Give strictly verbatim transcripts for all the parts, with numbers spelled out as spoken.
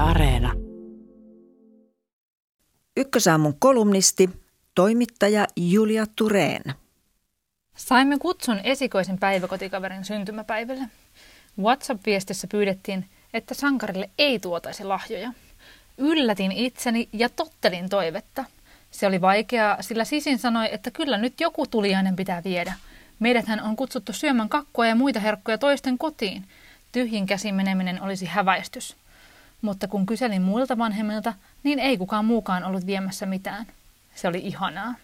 Areena. Ykkösaamun kolumnisti, toimittaja Julia Thurén. Saimme kutsun esikoisen päiväkotikaverin syntymäpäivälle. WhatsApp-viestissä pyydettiin, että sankarille ei tuotaisi lahjoja. Yllätin itseni ja tottelin toivetta. Se oli vaikeaa, sillä sisin sanoi, että kyllä nyt joku tuliainen pitää viedä. Meidäthän on kutsuttu syömään kakkua ja muita herkkuja toisten kotiin. Tyhjin käsin meneminen olisi häväistys. Mutta kun kyselin muilta vanhemmilta, niin ei kukaan muukaan ollut viemässä mitään. Se oli ihanaa.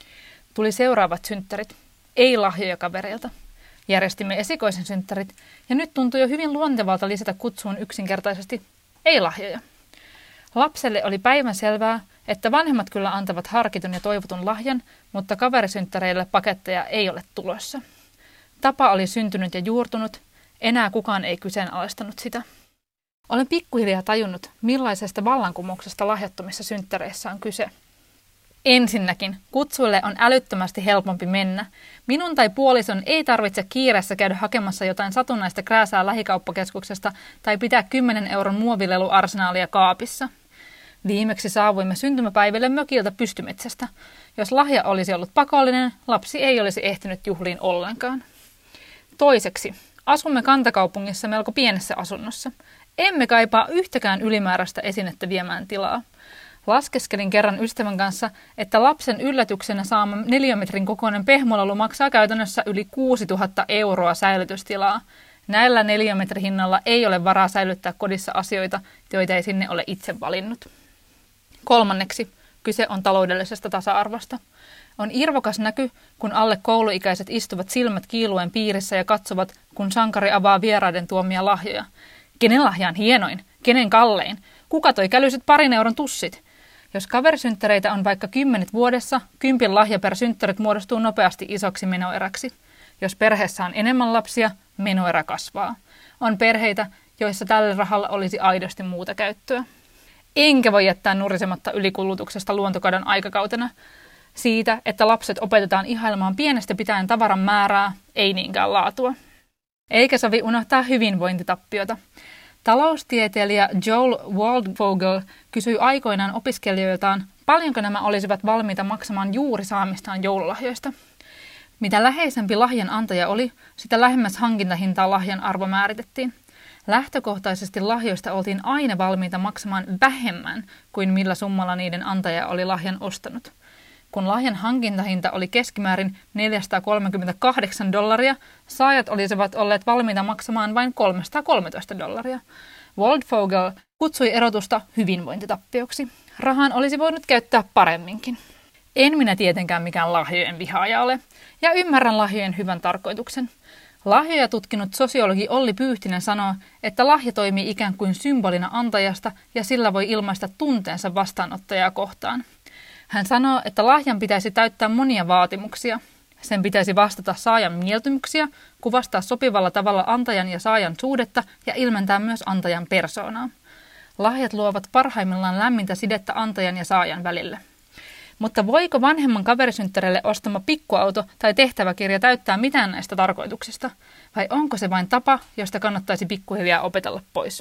Tuli seuraavat synttärit. Ei lahjoja kavereilta. Järjestimme esikoisen synttärit ja nyt tuntui jo hyvin luontevalta lisätä kutsuun yksinkertaisesti ei lahjoja. Lapselle oli päivänselvää, että vanhemmat kyllä antavat harkitun ja toivotun lahjan, mutta kaverisynttäreille paketteja ei ole tulossa. Tapa oli syntynyt ja juurtunut, enää kukaan ei kyseenalaistanut sitä. Olen pikkuhiljaa tajunnut, millaisesta vallankumouksesta lahjattomissa synttäreissä on kyse. Ensinnäkin, kutsuille on älyttömästi helpompi mennä. Minun tai puolison ei tarvitse kiireessä käydä hakemassa jotain satunnaista krääsää lähikauppakeskuksesta tai pitää kymmenen euron muovileluarsenaalia kaapissa. Viimeksi saavuimme syntymäpäiville mökiltä pystymetsästä. Jos lahja olisi ollut pakollinen, lapsi ei olisi ehtinyt juhliin ollenkaan. Toiseksi, asumme kantakaupungissa melko pienessä asunnossa. Emme kaipaa yhtäkään ylimääräistä esinettä viemään tilaa. Laskeskelin kerran ystävän kanssa, että lapsen yllätyksenä saama neliömetrin kokoinen pehmolelu maksaa käytännössä yli kuusituhatta euroa säilytystilaa. Näillä neliömetrihinnalla ei ole varaa säilyttää kodissa asioita, joita ei sinne ole itse valinnut. Kolmanneksi, kyse on taloudellisesta tasa-arvosta. On irvokas näky, kun alle kouluikäiset istuvat silmät kiiluen piirissä ja katsovat, kun sankari avaa vieraiden tuomia lahjoja. Kenen lahja on hienoin? Kenen kallein? Kuka toi kälyiset parin euron tussit? Jos kaverisynttäreitä on vaikka kymmenet vuodessa, kympin lahja per synttärit muodostuu nopeasti isoksi menoeräksi. Jos perheessä on enemmän lapsia, menoerä kasvaa. On perheitä, joissa tälle rahalla olisi aidosti muuta käyttöä. Enkä voi jättää nurisematta ylikulutuksesta luontokadon aikakautena. Siitä, että lapset opetetaan ihailemaan pienestä pitäen tavaran määrää, ei niinkään laatua. Eikä sovi unohtaa hyvinvointitappiota. Taloustieteilijä Joel Waldvogel kysyi aikoinaan opiskelijoiltaan, paljonko nämä olisivat valmiita maksamaan juuri saamistaan joululahjoista. Mitä läheisempi lahjan antaja oli, sitä lähemmäs hankintahintaa lahjan arvo määritettiin. Lähtökohtaisesti lahjoista oltiin aina valmiita maksamaan vähemmän kuin millä summalla niiden antaja oli lahjan ostanut. Kun lahjan hankintahinta oli keskimäärin neljäsataakolmekymmentäkahdeksan dollaria, saajat olisivat olleet valmiita maksamaan vain kolmesataakolmetoista dollaria. Waldvogel kutsui erotusta hyvinvointitappioksi. Rahan olisi voinut käyttää paremminkin. En minä tietenkään mikään lahjojen vihaaja ole, ja ymmärrän lahjojen hyvän tarkoituksen. Lahjoja tutkinut sosiologi Olli Pyyhtinen sanoo, että lahja toimii ikään kuin symbolina antajasta ja sillä voi ilmaista tunteensa vastaanottajaa kohtaan. Hän sanoo, että lahjan pitäisi täyttää monia vaatimuksia. Sen pitäisi vastata saajan mieltymyksiä, kuvastaa sopivalla tavalla antajan ja saajan suhdetta ja ilmentää myös antajan persoonaa. Lahjat luovat parhaimmillaan lämmintä sidettä antajan ja saajan välille. Mutta voiko vanhemman kaverisynttärille ostama pikkuauto tai tehtäväkirja täyttää mitään näistä tarkoituksista? Vai onko se vain tapa, josta kannattaisi pikkuhiljaa opetella pois?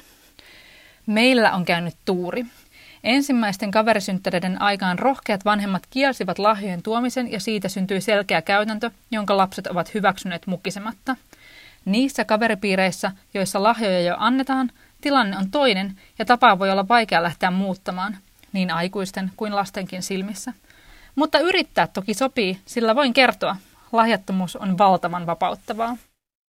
Meillä on käynyt tuuri. Ensimmäisten kaverisynttäreiden aikaan rohkeat vanhemmat kielsivät lahjojen tuomisen ja siitä syntyi selkeä käytäntö, jonka lapset ovat hyväksyneet mukisematta. Niissä kaveripiireissä, joissa lahjoja jo annetaan, tilanne on toinen ja tapaa voi olla vaikea lähteä muuttamaan, niin aikuisten kuin lastenkin silmissä. Mutta yrittää toki sopii, sillä voin kertoa, lahjattomuus on valtavan vapauttavaa.